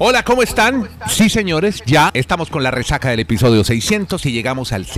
Hola, ¿cómo están? Sí, señores, ya estamos con la resaca del episodio 600 y llegamos al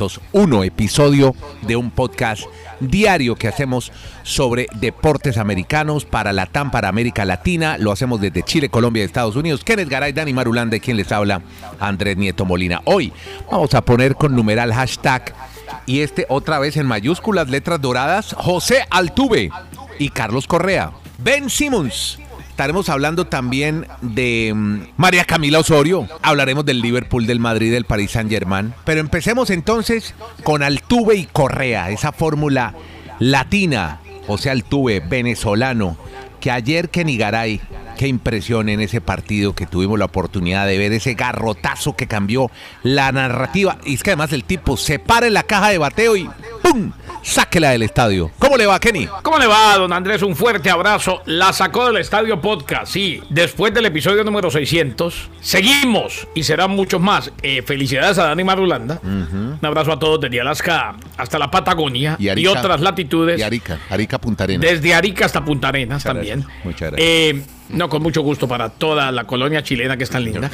601 episodio de un podcast diario que hacemos sobre deportes americanos para Latam, para América Latina. Lo hacemos desde Chile, Colombia y Estados Unidos. Kenneth Garay, Dani Marulanda y quien les habla, Andrés Nieto Molina. Hoy vamos a poner con numeral hashtag y otra vez en mayúsculas, letras doradas, José Altuve y Carlos Correa. Ben Simmons. Estaremos hablando también de María Camila Osorio. Hablaremos del Liverpool, del Madrid, del Paris Saint-Germain. Pero empecemos entonces con Altuve y Correa, esa fórmula latina. José Altuve, venezolano, que ayer Kenny Garay, qué impresión en ese partido que tuvimos la oportunidad de ver, ese garrotazo que cambió la narrativa. Y es que además el tipo se para en la caja de bateo y ¡pum! Sáquela del estadio. ¿Cómo le va, Kenny? ¿Cómo le va, don Andrés? Un fuerte abrazo. La sacó del estadio podcast, sí. Después del episodio número 600, seguimos y serán muchos más. Felicidades a Dani Marulanda. Un abrazo a todos desde Alaska hasta la Patagonia y otras latitudes. Y Arica, Punta Arenas. Desde Arica hasta Punta Arenas también. Muchas gracias. No, con mucho gusto para toda la colonia chilena que es tan linda.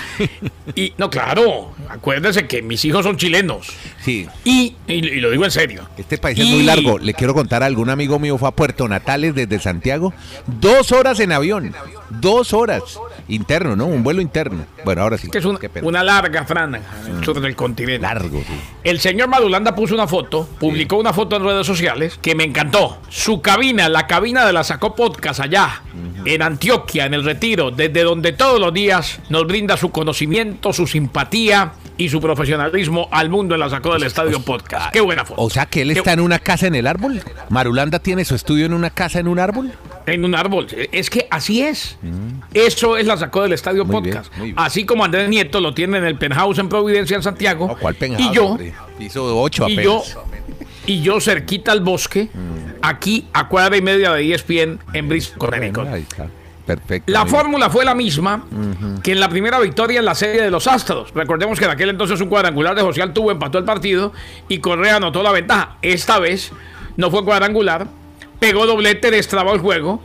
Y no, claro, acuérdense que mis hijos son chilenos. Sí. Y lo digo en serio. Este país es muy largo. Le quiero contar algo. Un amigo mío fue a Puerto Natales desde Santiago. 2 horas en avión. 2 horas. Interno, ¿no? Un vuelo interno. Bueno, ahora sí. Que es una larga franja en el sur del continente. Largo, sí. El señor Marulanda puso una foto, publicó una foto en redes sociales que me encantó. Su cabina, la cabina de la Sacó Podcast allá, en Antioquia, en El Retiro, desde donde todos los días nos brinda su conocimiento, su simpatía y su profesionalismo al mundo en la Sacó del Estadio Podcast. Qué buena foto. O sea que él está en una casa en el árbol. Marulanda tiene su estudio en una casa en un árbol. En un árbol. Es que así es. Eso es la Sacó del Estadio Muy Podcast. bien, muy bien. Así como Andrés Nieto lo tiene en el penthouse en Providencia, en Santiago. No, ¿cuál penthouse? Y yo, Hombre? Hizo 8 apenas. y yo cerquita al bosque, aquí a cuadra y media de ESPN en Bristol, Connecticut. Ahí está. Perfecto. La fórmula fue la misma que en la primera victoria en la serie de los Astros. Recordemos que en aquel entonces un cuadrangular de José Altuve empató el partido y Correa anotó la ventaja. Esta vez no fue cuadrangular, pegó doblete, destrabó el juego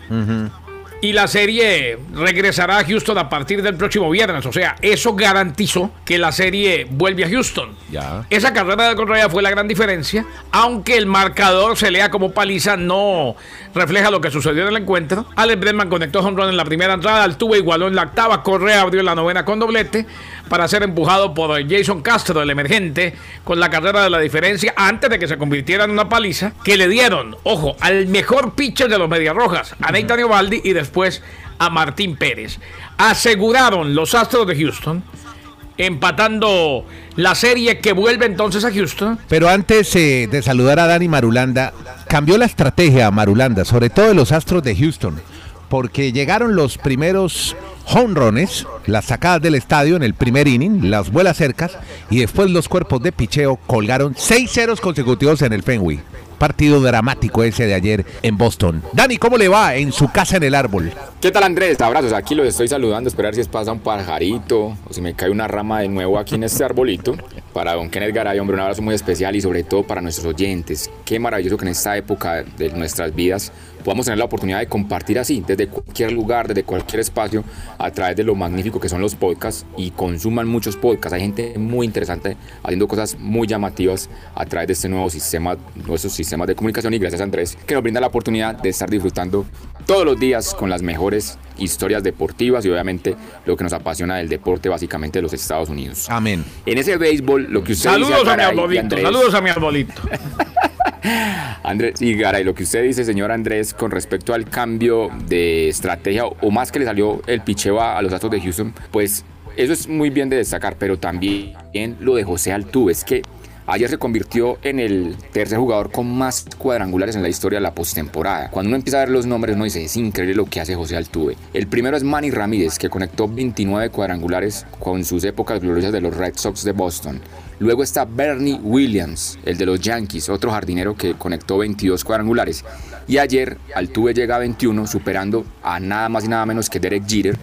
y la serie regresará a Houston a partir del próximo viernes. O sea, eso garantizó que la serie vuelve a Houston. Ya. Esa carrera de Correa fue la gran diferencia, aunque el marcador se lea como paliza, no refleja lo que sucedió en el encuentro. Alex Bregman conectó jonrón en la primera entrada, Altuve igualó en la octava, Correa abrió en la novena con doblete para ser empujado por Jason Castro, el emergente, con la carrera de la diferencia antes de que se convirtiera en una paliza que le dieron, ojo, al mejor pitcher de los Medias Rojas, a Nathan Eovaldi, y después a Martín Pérez. Aseguraron los Astros de Houston, empatando la serie que vuelve entonces a Houston. Pero antes de saludar a Dani Marulanda, cambió la estrategia Marulanda, sobre todo de los Astros de Houston, porque llegaron los primeros jonrones, las sacadas del estadio en el primer inning, las vuelas cercas, y después los cuerpos de picheo colgaron 6 ceros consecutivos en el Fenway. Partido dramático ese de ayer en Boston. Dani, ¿cómo le va en su casa en el árbol? ¿Qué tal, Andrés? Abrazos, aquí los estoy saludando, esperar si pasa un pajarito o si me cae una rama de nuevo aquí en este arbolito. Para don Kenneth Garay, hombre, un abrazo muy especial y sobre todo para nuestros oyentes. Qué maravilloso que en esta época de nuestras vidas podamos tener la oportunidad de compartir así, desde cualquier lugar, desde cualquier espacio, a través de lo magnífico que son los podcasts, y consuman muchos podcasts. Hay gente muy interesante haciendo cosas muy llamativas a través de este nuevo sistema, nuestros sistemas de comunicación, y gracias a Andrés, que nos brinda la oportunidad de estar disfrutando todos los días con las mejores historias deportivas y obviamente lo que nos apasiona del deporte, básicamente de los Estados Unidos. Amén. En ese béisbol, lo que usted Saludos dice, a mi arbolito, saludos a mi arbolito. Andrés y Garay, lo que usted dice, señor Andrés, con respecto al cambio de estrategia, o más que le salió el picheo a los Astros de Houston, pues eso es muy bien de destacar, pero también lo de José Altuve, es que ayer se convirtió en el tercer jugador con más cuadrangulares en la historia de la postemporada. Cuando uno empieza a ver los nombres, uno dice, es increíble lo que hace José Altuve. El primero es Manny Ramírez, que conectó 29 cuadrangulares con sus épocas gloriosas de los Red Sox de Boston. Luego está Bernie Williams, el de los Yankees, otro jardinero que conectó 22 cuadrangulares. Y ayer Altuve llega a 21, superando a nada más y nada menos que Derek Jeter,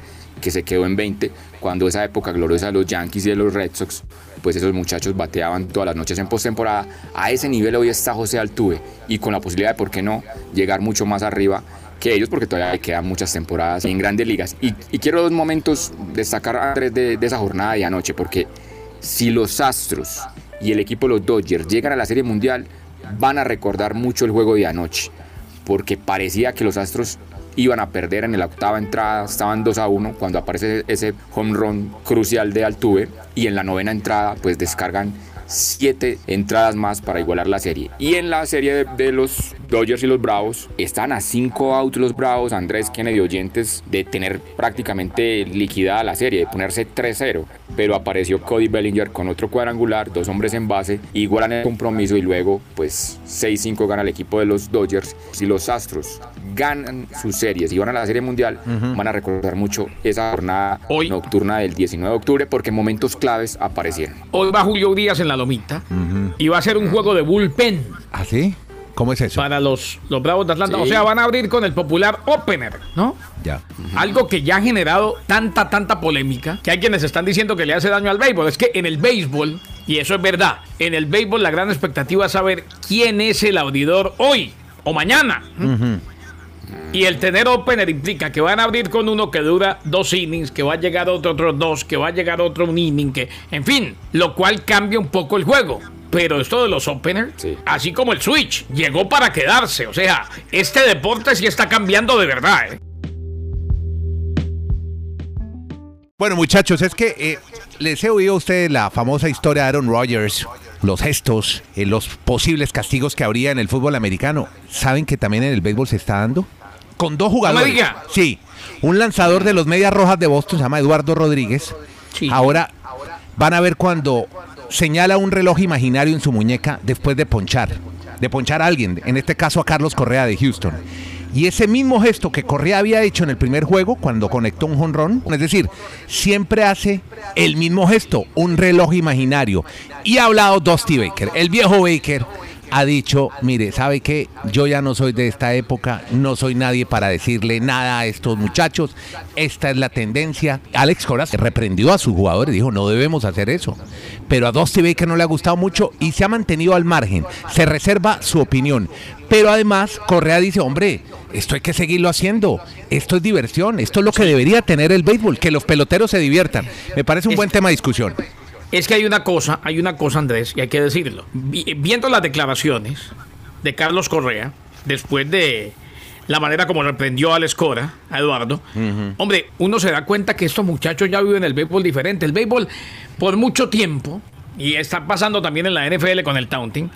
que se quedó en 20, cuando esa época gloriosa de los Yankees y de los Red Sox, pues esos muchachos bateaban todas las noches en postemporada. A ese nivel hoy está José Altuve, y con la posibilidad de, ¿por qué no?, llegar mucho más arriba que ellos, porque todavía le quedan muchas temporadas en grandes ligas. Y quiero 2 momentos destacar, Andrés, de esa jornada de anoche, porque si los Astros y el equipo de los Dodgers llegan a la Serie Mundial, van a recordar mucho el juego de anoche, porque parecía que los Astros iban a perder en la 8ª entrada, estaban 2-1 cuando aparece ese home run crucial de Altuve, y en la 9ª entrada pues descargan 7 entradas más para igualar la serie. Y en la serie de los Dodgers y los Bravos, están a 5 outs los Bravos, Andrés Kennedy oyentes, de tener prácticamente liquidada la serie, de ponerse 3-0, pero apareció Cody Bellinger con otro cuadrangular, 2 hombres en base, igualan el compromiso, y luego pues 6-5 gana el equipo de los Dodgers. Si los Astros ganan sus series y van a la Serie Mundial, van a recordar mucho esa jornada nocturna del 19 de octubre, porque momentos claves aparecieron. Hoy va Julio Urias en la lomita, y va a ser un juego de bullpen. ¿Ah, sí? ¿Cómo es eso? Para los Bravos de Atlanta. Sí. O sea, van a abrir con el popular opener, ¿no? Ya. Algo que ya ha generado tanta polémica, que hay quienes están diciendo que le hace daño al béisbol. Es que en el béisbol, y eso es verdad, en el béisbol la gran expectativa es saber quién es el abridor hoy o mañana. Y el tener opener implica que van a abrir con uno que dura 2 innings, que va a llegar otros 2, que va a llegar otro un inning, que, en fin, lo cual cambia un poco el juego. Pero esto de los openers, sí, así como el switch, llegó para quedarse. O sea, este deporte sí está cambiando de verdad, ¿eh? Bueno, muchachos, es que les he oído a ustedes la famosa historia de Aaron Rodgers, los gestos, los posibles castigos que habría en el fútbol americano. ¿Saben que también en el béisbol se está dando? Con 2 jugadores. ¿No me diga? Sí, un lanzador de los Medias Rojas de Boston, se llama Eduardo Rodríguez. Sí. Ahora van a ver cuando señala un reloj imaginario en su muñeca después de ponchar a alguien, en este caso a Carlos Correa de Houston. Y ese mismo gesto que Correa había hecho en el primer juego cuando conectó un jonrón, es decir, siempre hace el mismo gesto, un reloj imaginario. Y ha hablado Dusty Baker, el viejo Baker. Ha dicho, mire, ¿sabe qué? Yo ya no soy de esta época, no soy nadie para decirle nada a estos muchachos, esta es la tendencia. Alex Cora reprendió a sus jugadores, dijo, no debemos hacer eso. Pero a Dusty Baker no le ha gustado mucho y se ha mantenido al margen, se reserva su opinión. Pero además, Correa dice, hombre, esto hay que seguirlo haciendo, esto es diversión, esto es lo que debería tener el béisbol, que los peloteros se diviertan. Me parece un buen tema de discusión. Es que hay una cosa, Andrés, y hay que decirlo. Viendo las declaraciones de Carlos Correa, después de la manera como reprendió a Alex Cora, a Eduardo, hombre, uno se da cuenta que estos muchachos ya viven el béisbol diferente. El béisbol, por mucho tiempo, y está pasando también en la NFL con el taunting,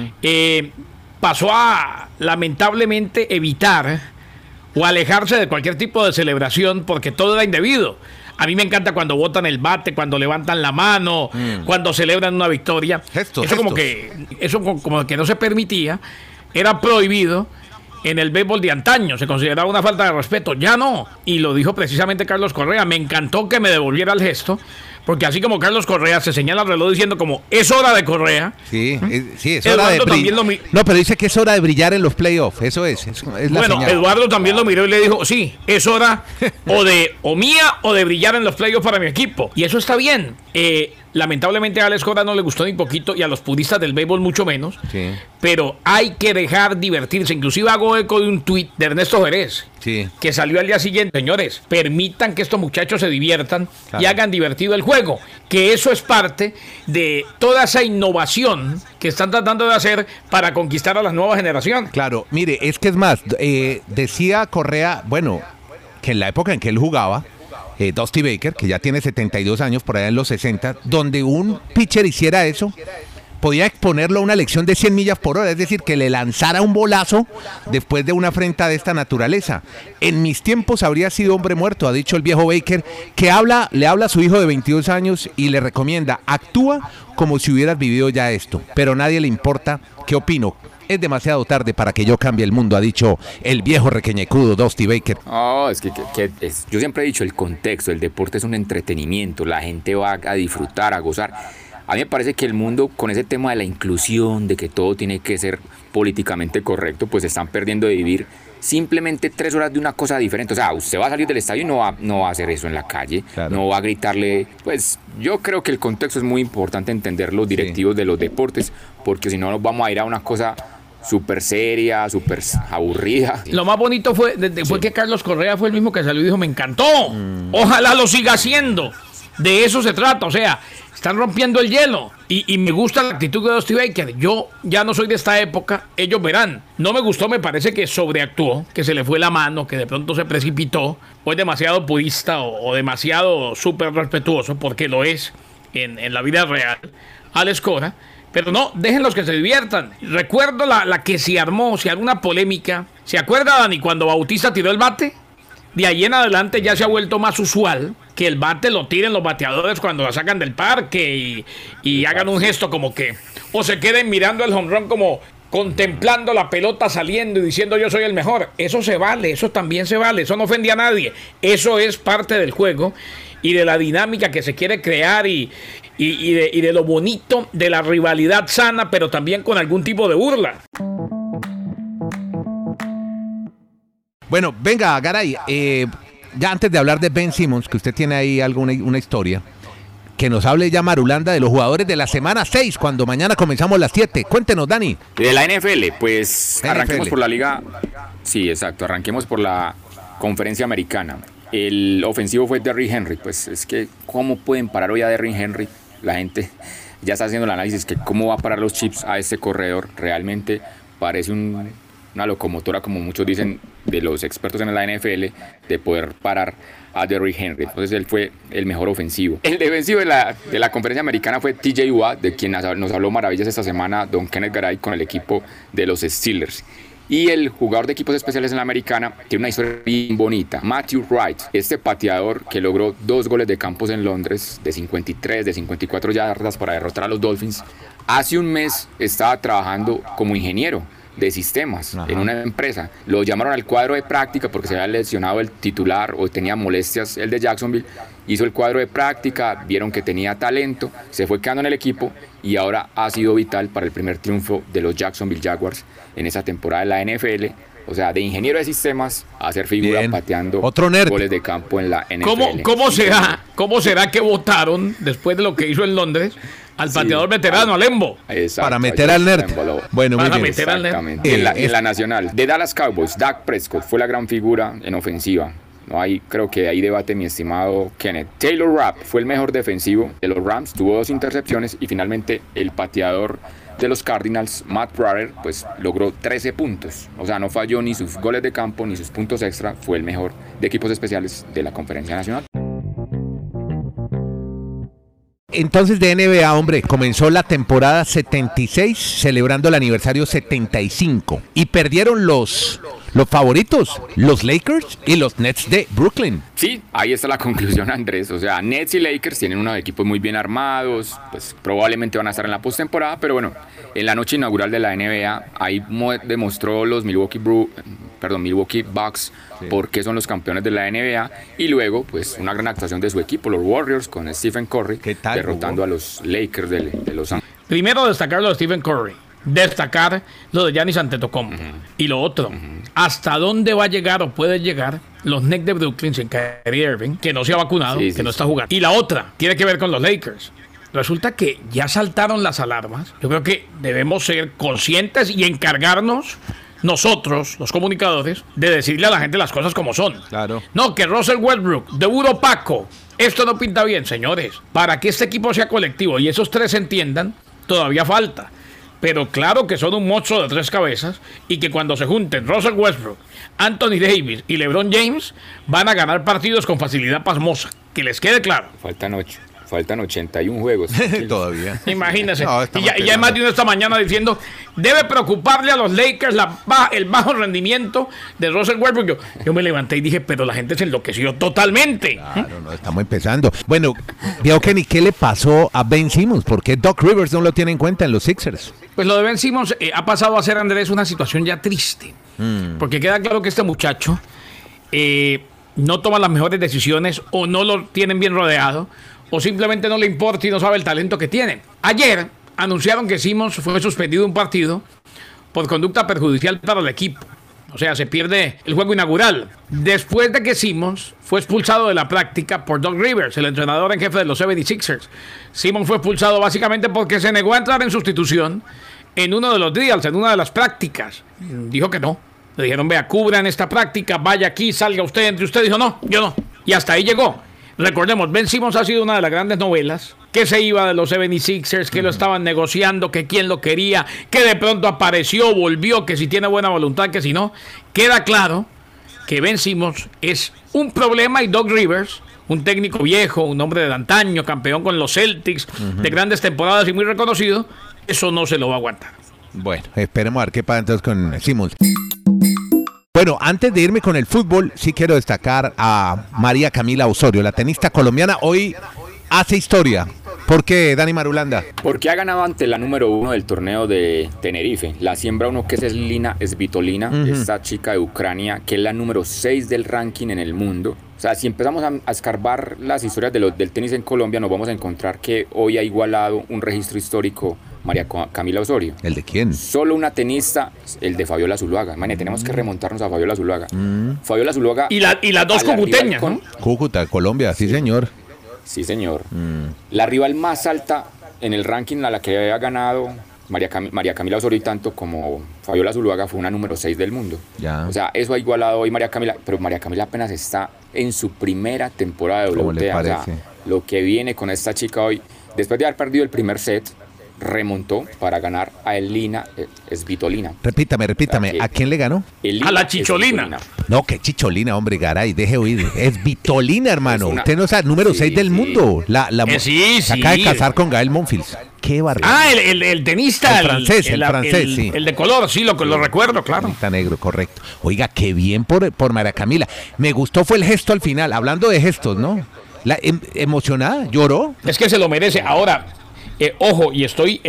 pasó a, lamentablemente, evitar o alejarse de cualquier tipo de celebración porque todo era indebido. A mí me encanta cuando botan el bate, cuando levantan la mano, cuando celebran una victoria. Eso como que no se permitía, era prohibido en el béisbol de antaño, se consideraba una falta de respeto. Ya no, y lo dijo precisamente Carlos Correa. Me encantó que me devolviera el gesto, porque así como Carlos Correa se señala el reloj diciendo como es hora de Correa. Sí, es hora de brillar. No, pero dice que es hora de brillar en los playoffs. Eso es la bueno, señal. Eduardo también lo miró y le dijo, sí, es hora o mía o de brillar en los playoffs para mi equipo. Y eso está bien. Lamentablemente a Alex Cora no le gustó ni poquito y a los puristas del béisbol mucho menos. Sí. Pero hay que dejar divertirse. Inclusive hago eco de un tuit de Ernesto Jerez, sí, que salió al día siguiente. Señores, permitan que estos muchachos se diviertan, claro, y hagan divertido el juego. Que eso es parte de toda esa innovación que están tratando de hacer para conquistar a la nueva generación. Claro, mire, es que es más, decía Correa, bueno, que en la época en que él jugaba, Dusty Baker, que ya tiene 72 años, por allá en los 60, donde un pitcher hiciera eso, podía exponerlo a una lección de 100 millas por hora, es decir, que le lanzara un bolazo después de una afrenta de esta naturaleza. En mis tiempos habría sido hombre muerto, ha dicho el viejo Baker, que le habla a su hijo de 22 años y le recomienda, actúa como si hubieras vivido ya esto, pero a nadie le importa qué opino. Es demasiado tarde para que yo cambie el mundo, ha dicho el viejo requeñecudo Dusty Baker. Oh, es que yo siempre he dicho, el contexto, el deporte es un entretenimiento, la gente va a disfrutar, a gozar. A mí me parece que el mundo, con ese tema de la inclusión, de que todo tiene que ser políticamente correcto, pues están perdiendo de vivir simplemente 3 horas de una cosa diferente. O sea, usted va a salir del estadio y no va a hacer eso en la calle, claro. No va a gritarle. Pues yo creo que el contexto es muy importante entender los directivos de los deportes, porque si no nos vamos a ir a una cosa súper seria, súper aburrida. Lo más bonito fue que Carlos Correa fue el mismo que salió y dijo, me encantó, ojalá lo siga haciendo. De eso se trata, o sea, están rompiendo el hielo. Y me gusta la actitud de Dusty Baker. Yo ya no soy de esta época, ellos verán. No me gustó, me parece que sobreactuó, que se le fue la mano, que de pronto se precipitó. Fue demasiado purista o demasiado súper respetuoso, porque lo es en la vida real, Alex Cora. Pero no, déjenlos que se diviertan. Recuerdo la que se armó una polémica. ¿Se acuerda, Dani, cuando Bautista tiró el bate? De ahí en adelante ya se ha vuelto más usual que el bate lo tiren los bateadores cuando la sacan del parque y hagan un gesto como que, o se queden mirando el home run como contemplando la pelota saliendo y diciendo yo soy el mejor. Eso se vale, eso también se vale, eso no ofende a nadie. Eso es parte del juego y de la dinámica que se quiere crear y de lo bonito de la rivalidad sana, pero también con algún tipo de burla. Bueno, venga, Garay, ya antes de hablar de Ben Simmons, que usted tiene ahí una historia, que nos hable ya Marulanda de los jugadores de la semana 6, cuando mañana comenzamos las 7. Cuéntenos, Dani. De la NFL, pues arranquemos por la liga. Sí, exacto, arranquemos por la conferencia americana. El ofensivo fue Derrick Henry. Pues es que, ¿cómo pueden parar hoy a Derrick Henry? La gente ya está haciendo el análisis que cómo va a parar los chips a este corredor. Realmente parece una locomotora, como muchos dicen de los expertos en la NFL, de poder parar a Derrick Henry. Entonces él fue el mejor ofensivo. El defensivo de la conferencia americana fue TJ Watt, de quien nos habló maravillas esta semana don Kenneth Garay con el equipo de los Steelers. Y el jugador de equipos especiales en la americana tiene una historia bien bonita. Matthew Wright, este pateador que logró 2 goles de campos en Londres, de 53, de 54 yardas para derrotar a los Dolphins, hace un mes estaba trabajando como ingeniero de sistemas. Ajá. En una empresa. Lo llamaron al cuadro de práctica porque se había lesionado el titular o tenía molestias el de Jacksonville. Hizo el cuadro de práctica, vieron que tenía talento, se fue quedando en el equipo y ahora ha sido vital para el primer triunfo de los Jacksonville Jaguars en esa temporada de la NFL. O sea, de ingeniero de sistemas a hacer figura. Bien. Pateando goles de campo en la NFL. ¿Cómo será que votaron después de lo que hizo en Londres al pateador veterano, al Embo? Exacto, para meter al nerd. Bueno, para meter al nerd. En la nacional. De Dallas Cowboys, Dak Prescott fue la gran figura en ofensiva. No hay, creo que hay debate, mi estimado Kenneth. Taylor Rapp fue el mejor defensivo de los Rams, tuvo 2 intercepciones y finalmente el pateador de los Cardinals, Matt Prater, pues logró 13 puntos. O sea, no falló ni sus goles de campo ni sus puntos extra. Fue el mejor de equipos especiales de la Conferencia Nacional. Entonces de NBA, hombre, comenzó la temporada 76 celebrando el aniversario 75 y perdieron los favoritos, los Lakers y los Nets de Brooklyn. Sí, ahí está la conclusión, Andrés. O sea, Nets y Lakers tienen unos equipos muy bien armados, pues probablemente van a estar en la postemporada, pero bueno, en la noche inaugural de la NBA, ahí demostró los Milwaukee Bucks, sí, por qué son los campeones de la NBA, y luego pues una gran actuación de su equipo, los Warriors, con Stephen Curry, derrotando a los Lakers de Los Ángeles. Primero destacar lo de Stephen Curry, destacar lo de Giannis Antetokounmpo, y lo otro, hasta dónde va a llegar o puede llegar los Nets de Brooklyn sin Kyrie Irving, que no se ha vacunado, que no está jugando. Y la otra tiene que ver con los Lakers. Resulta que ya saltaron las alarmas. Yo creo que debemos ser conscientes y encargarnos nosotros, los comunicadores, de decirle a la gente las cosas como son. Claro. No, que Russell Westbrook, debut opaco. Esto no pinta bien, señores. Para que este equipo sea colectivo y esos 3 se entiendan, todavía falta. Pero claro que son un monstruo de 3 cabezas y que cuando se junten Russell Westbrook, Anthony Davis y LeBron James, van a ganar partidos con facilidad pasmosa. Que les quede claro. Faltan 81 juegos. Todavía. Imagínense. No, y ya hay más de uno esta mañana diciendo, debe preocuparle a los Lakers el bajo rendimiento de Russell Westbrook. Yo me levanté y dije, pero la gente se enloqueció totalmente. Claro, no, estamos empezando. Bueno, Diego Kenny, ¿qué le pasó a Ben Simmons? ¿Por qué Doc Rivers no lo tiene en cuenta en los Sixers? Pues lo de Ben Simmons ha pasado a ser, Andrés, una situación ya triste. Porque queda claro que este muchacho no toma las mejores decisiones o no lo tienen bien rodeado, o simplemente no le importa y no sabe el talento que tiene. Ayer anunciaron que Simmons fue suspendido un partido por conducta perjudicial para el equipo. O sea, se pierde el juego inaugural. Después de que Simmons fue expulsado de la práctica por Doug Rivers, el entrenador en jefe de los 76ers. Simmons fue expulsado básicamente porque se negó a entrar en sustitución en uno de los drills, en una de las prácticas. Dijo que no. Le dijeron, vea, cubra en esta práctica, vaya aquí, salga usted, entre usted. Dijo, no, yo no. Y hasta ahí llegó. Recordemos, Ben Simmons ha sido una de las grandes novelas, que se iba de los 76ers, que lo estaban negociando, que quién lo quería, que de pronto apareció, volvió, que si tiene buena voluntad, que si no. Queda claro que Ben Simmons es un problema y Doug Rivers, un técnico viejo, un hombre de antaño, campeón con los Celtics, de grandes temporadas y muy reconocido, eso no se lo va a aguantar. Bueno, esperemos a ver qué pasa entonces con Simmons. Bueno, antes de irme con el fútbol, sí quiero destacar a María Camila Osorio, la tenista colombiana. Hoy hace historia. ¿Por qué, Dani Marulanda? Porque ha ganado ante la número 1 del torneo de Tenerife, la siembra 1, que es Elina Svitolina, esta chica de Ucrania, que es la número 6 del ranking en el mundo. O sea, si empezamos a escarbar las historias del tenis en Colombia, nos vamos a encontrar que hoy ha igualado un registro histórico María Camila Osorio. ¿El de quién? Solo una tenista, el de Fabiola Zuluaga. Mañana tenemos que remontarnos a Fabiola Zuluaga. Fabiola Zuluaga. Y las dos cucuteñas, ¿no? Cúcuta, Colombia, sí señor. Sí, señor. La rival más alta en el ranking a la que ha ganado María Camila Osorio, y tanto como Fabiola Zuluaga, fue una número 6 del mundo. Ya. O sea, eso ha igualado hoy María Camila, pero María Camila apenas está en su primera temporada de WTA. O sea, lo que viene con esta chica hoy, después de haber perdido el primer set, remontó para ganar a Elina Svitolina. Repítame, ¿a quién le ganó? A la Chicholina. No, que Chicholina, hombre, Garay, deje oír. Es Svitolina, hermano. Usted no sabe, número 6 del mundo. Se acaba de casar con Gael Monfils. Qué barbaridad. Ah, el tenista. El francés, sí. El de color, sí, lo recuerdo, claro. Está negro, correcto. Oiga, qué bien por María Camila. Me gustó fue el gesto al final, hablando de gestos, ¿no? Emocionada, lloró. Es que se lo merece. Ahora, ojo, y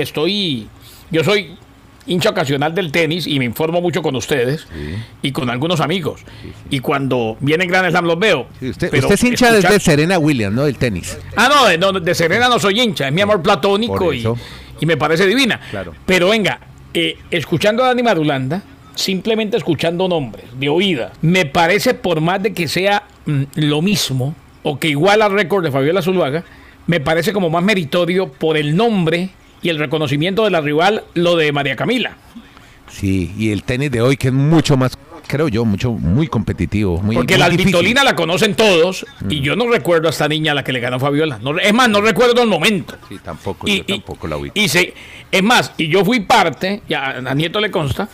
yo soy hincha ocasional del tenis y me informo mucho con ustedes y con algunos amigos. Y cuando vienen Grand Slam los veo. Sí, usted es hincha de Serena Williams, ¿no? Del tenis. No, de Serena no soy hincha, es mi amor platónico y me parece divina. Claro. Pero venga, escuchando a Dani Marulanda, simplemente escuchando nombres de oída, me parece, por más de que sea lo mismo o que iguala al récord de Fabiola Zuluaga, me parece como más meritorio por el nombre y el reconocimiento de la rival lo de María Camila. Sí, y el tenis de hoy que es mucho más, creo yo, muy competitivo. Porque la Svitolina la conocen todos y yo no recuerdo a esta niña a la que le ganó Fabiola. No, es más, no recuerdo el momento. Sí, tampoco, yo tampoco la ubico. Es más, y yo fui parte, ya a Nieto le consta,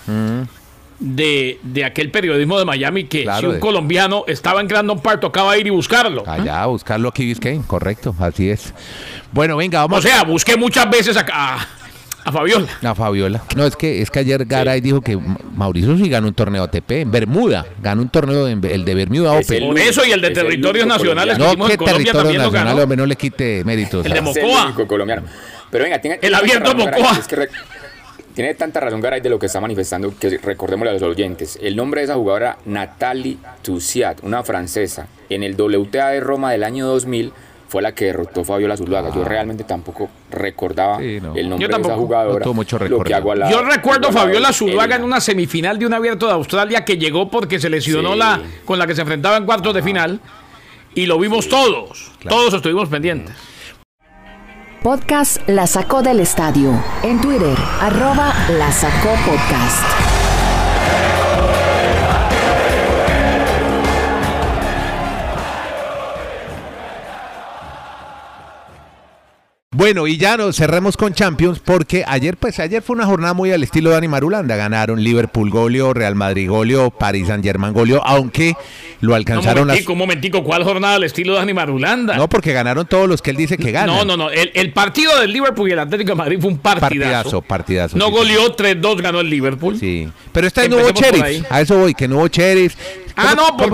de aquel periodismo de Miami que si un colombiano estaba en Grandon Park tocaba ir y buscarlo. Allá, buscarlo aquí, Biscayne, correcto, así es. Bueno, venga, vamos. O sea, busqué muchas veces a Fabiola. A Fabiola. No, es que ayer Garay dijo que Mauricio sí ganó un torneo ATP en Bermuda, ganó un torneo el de Bermuda Open. Por eso, y el de territorios nacionales que hicimos en Colombia también lo ganó. No le quite méritos. El de Mocoa. Colombiano. Pero venga, el abierto Mocoa. Tiene tanta razón Garay de lo que está manifestando que recordémosle a los oyentes. El nombre de esa jugadora, Nathalie Tousiat, una francesa, en el WTA de Roma del año 2000 fue la que derrotó Fabiola Zuluaga. Yo realmente tampoco recordaba el nombre de esa jugadora. No mucho recuerdo. Yo recuerdo a Fabiola Zuluaga en una semifinal de un abierto de Australia que llegó porque se lesionó con la que se enfrentaba en cuartos de final y lo vimos todos. Claro. Todos estuvimos pendientes. Podcast La Sacó del Estadio. En Twitter, @La Sacó Podcast. Bueno, y ya nos cerremos con Champions porque ayer fue una jornada muy al estilo de Dani Marulanda. Ganaron Liverpool goleó, Real Madrid goleó, Paris Saint-Germain goleó, aunque lo alcanzaron un momentico, ¿cuál jornada al estilo de Dani Marulanda? No, porque ganaron todos los que él dice que ganan. No, el partido del Liverpool y el Atlético de Madrid fue un partidazo. Partidazo. No goleó, 3-2 ganó el Liverpool. Sí, pero esta vez no hubo sheriff, a eso voy, que no hubo sheriff. Porque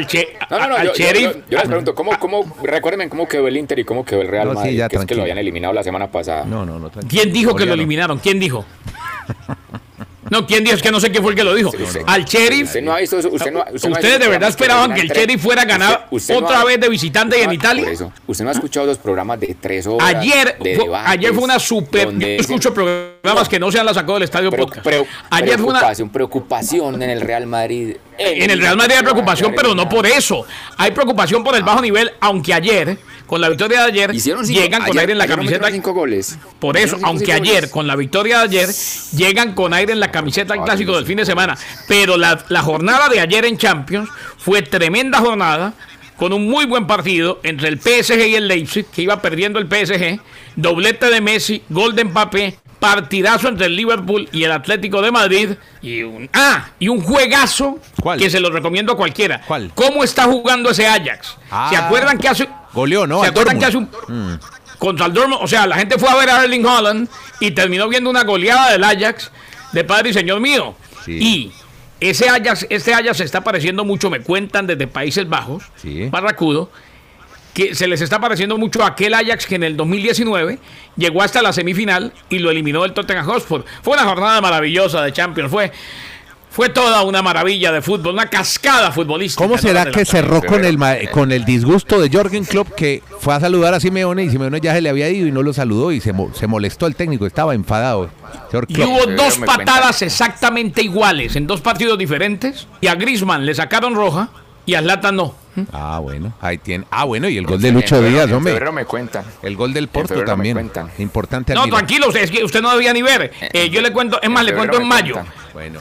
yo les pregunto, recuérdenme cómo quedó el Inter y cómo quedó el Real Madrid, que es que lo habían eliminado la semana pasada. No. ¿Quién dijo que lo eliminaron? ¿Quién dijo? No, ¿quién dijo? Es que no sé quién fue el que lo dijo. Al Sheriff. Usted no ha visto eso. Ustedes de verdad esperaban que el Sheriff fuera a ganar otra vez de visitante y en Italia. Por eso, usted no ha escuchado los programas de 3 horas. Ayer fue una super. Yo escucho programas que no sean la sacó del estadio podcast. Ayer fue una preocupación en el Real Madrid. En el Real Madrid hay preocupación, pero no por eso. Hay preocupación por el bajo nivel, aunque ayer, con la victoria de ayer, llegan con aire en la camiseta. 5 goles. Por eso, aunque ayer, con la victoria de ayer, llegan con aire en la camiseta del clásico del fin de semana. Pero la jornada de ayer en Champions fue tremenda jornada, con un muy buen partido entre el PSG y el Leipzig, que iba perdiendo el PSG, doblete de Messi, gol de Mbappé, partidazo entre el Liverpool y el Atlético de Madrid y un juegazo. ¿Cuál? Que se lo recomiendo a cualquiera. ¿Cuál? ¿Cómo está jugando ese Ajax? ¿Se acuerdan que hace goleó, no? ¿Se acuerdan que hace contra el Dortmund? O sea, la gente fue a ver a Erling Haaland y terminó viendo una goleada del Ajax de padre y señor mío. Sí. Y este Ajax se está pareciendo mucho, me cuentan desde Países Bajos, sí, Barracudo, que se les está pareciendo mucho a aquel Ajax que en el 2019 llegó hasta la semifinal y lo eliminó el Tottenham Hotspur. Fue una jornada maravillosa de Champions, fue toda una maravilla de fútbol, una cascada futbolística. ¿Cómo será que cerró con el disgusto de Jürgen Klopp, que fue a saludar a Simeone y Simeone ya se le había ido y no lo saludó y se molestó el técnico, estaba enfadado? Y hubo dos patadas exactamente iguales en dos partidos diferentes y a Griezmann le sacaron roja y a Zlatan no. Ah, bueno, ahí tiene. Ah, bueno, y el gol de Lucho Díaz, hombre. En febrero me cuentan. El gol del Porto también. Importante. No, tranquilo, usted no debía ni ver. Yo le cuento, es más, le cuento en mayo. Bueno.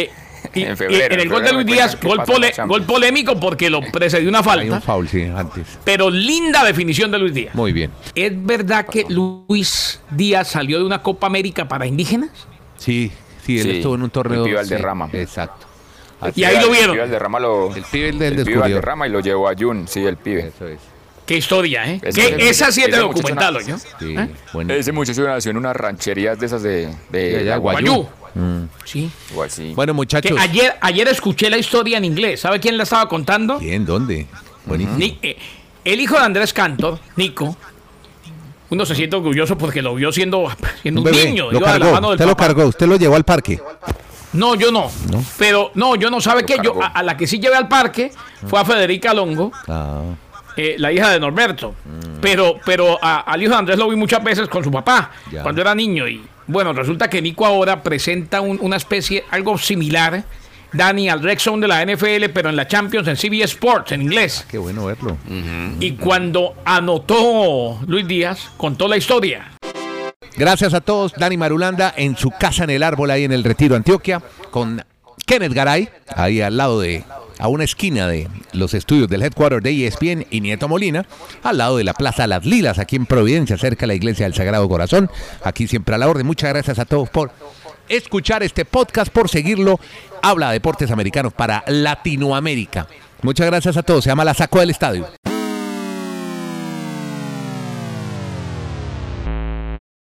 En el gol de Luis Díaz, gol polémico porque lo precedió una falta. Hay un foul, sí, antes. Pero linda definición de Luis Díaz. Muy bien. ¿Es verdad que Luis Díaz salió de una Copa América para indígenas? Sí, él estuvo en un torneo. El Valderrama. Exacto. Y ahí lo vieron. El pibe Valderrama y lo llevó a Jun, sí, el pibe. Eso es. Qué historia, ¿eh? Esa sí es de documental, ¿no? Sí, bueno. Ese muchacho nació en unas rancherías de esas de Guayú. Sí. Bueno, muchachos. Que ayer escuché la historia en inglés. ¿Sabe quién la estaba contando? ¿Quién? ¿Dónde? Buenísimo. El hijo de Andrés Cantor, Nico. Uno se siente orgulloso porque lo vio siendo un niño. Lo cargó, usted lo cargó, usted lo llevó al parque. No, yo no. Pero, yo no. ¿Sabe qué? Yo a la que sí llevé al parque fue a Federica Longo, la hija de Norberto. Pero al hijo de Andrés lo vi muchas veces con su papá, cuando era niño. Y bueno, resulta que Nico ahora presenta una especie, algo similar, Dani, al Red Zone de la NFL, pero en la Champions, en CBS Sports, en inglés. Qué bueno verlo. Y cuando anotó Luis Díaz, contó la historia. Gracias a todos. Dani Marulanda en su casa en el árbol, ahí en el Retiro, Antioquia, con Kenneth Garay, ahí al lado a una esquina de los estudios del headquarter de ESPN, y Nieto Molina, al lado de la Plaza Las Lilas, aquí en Providencia, cerca de la Iglesia del Sagrado Corazón. Aquí siempre a la orden. Muchas gracias a todos por escuchar este podcast, por seguirlo. Habla de deportes americanos para Latinoamérica. Muchas gracias a todos. Se llama La Sacó del Estadio.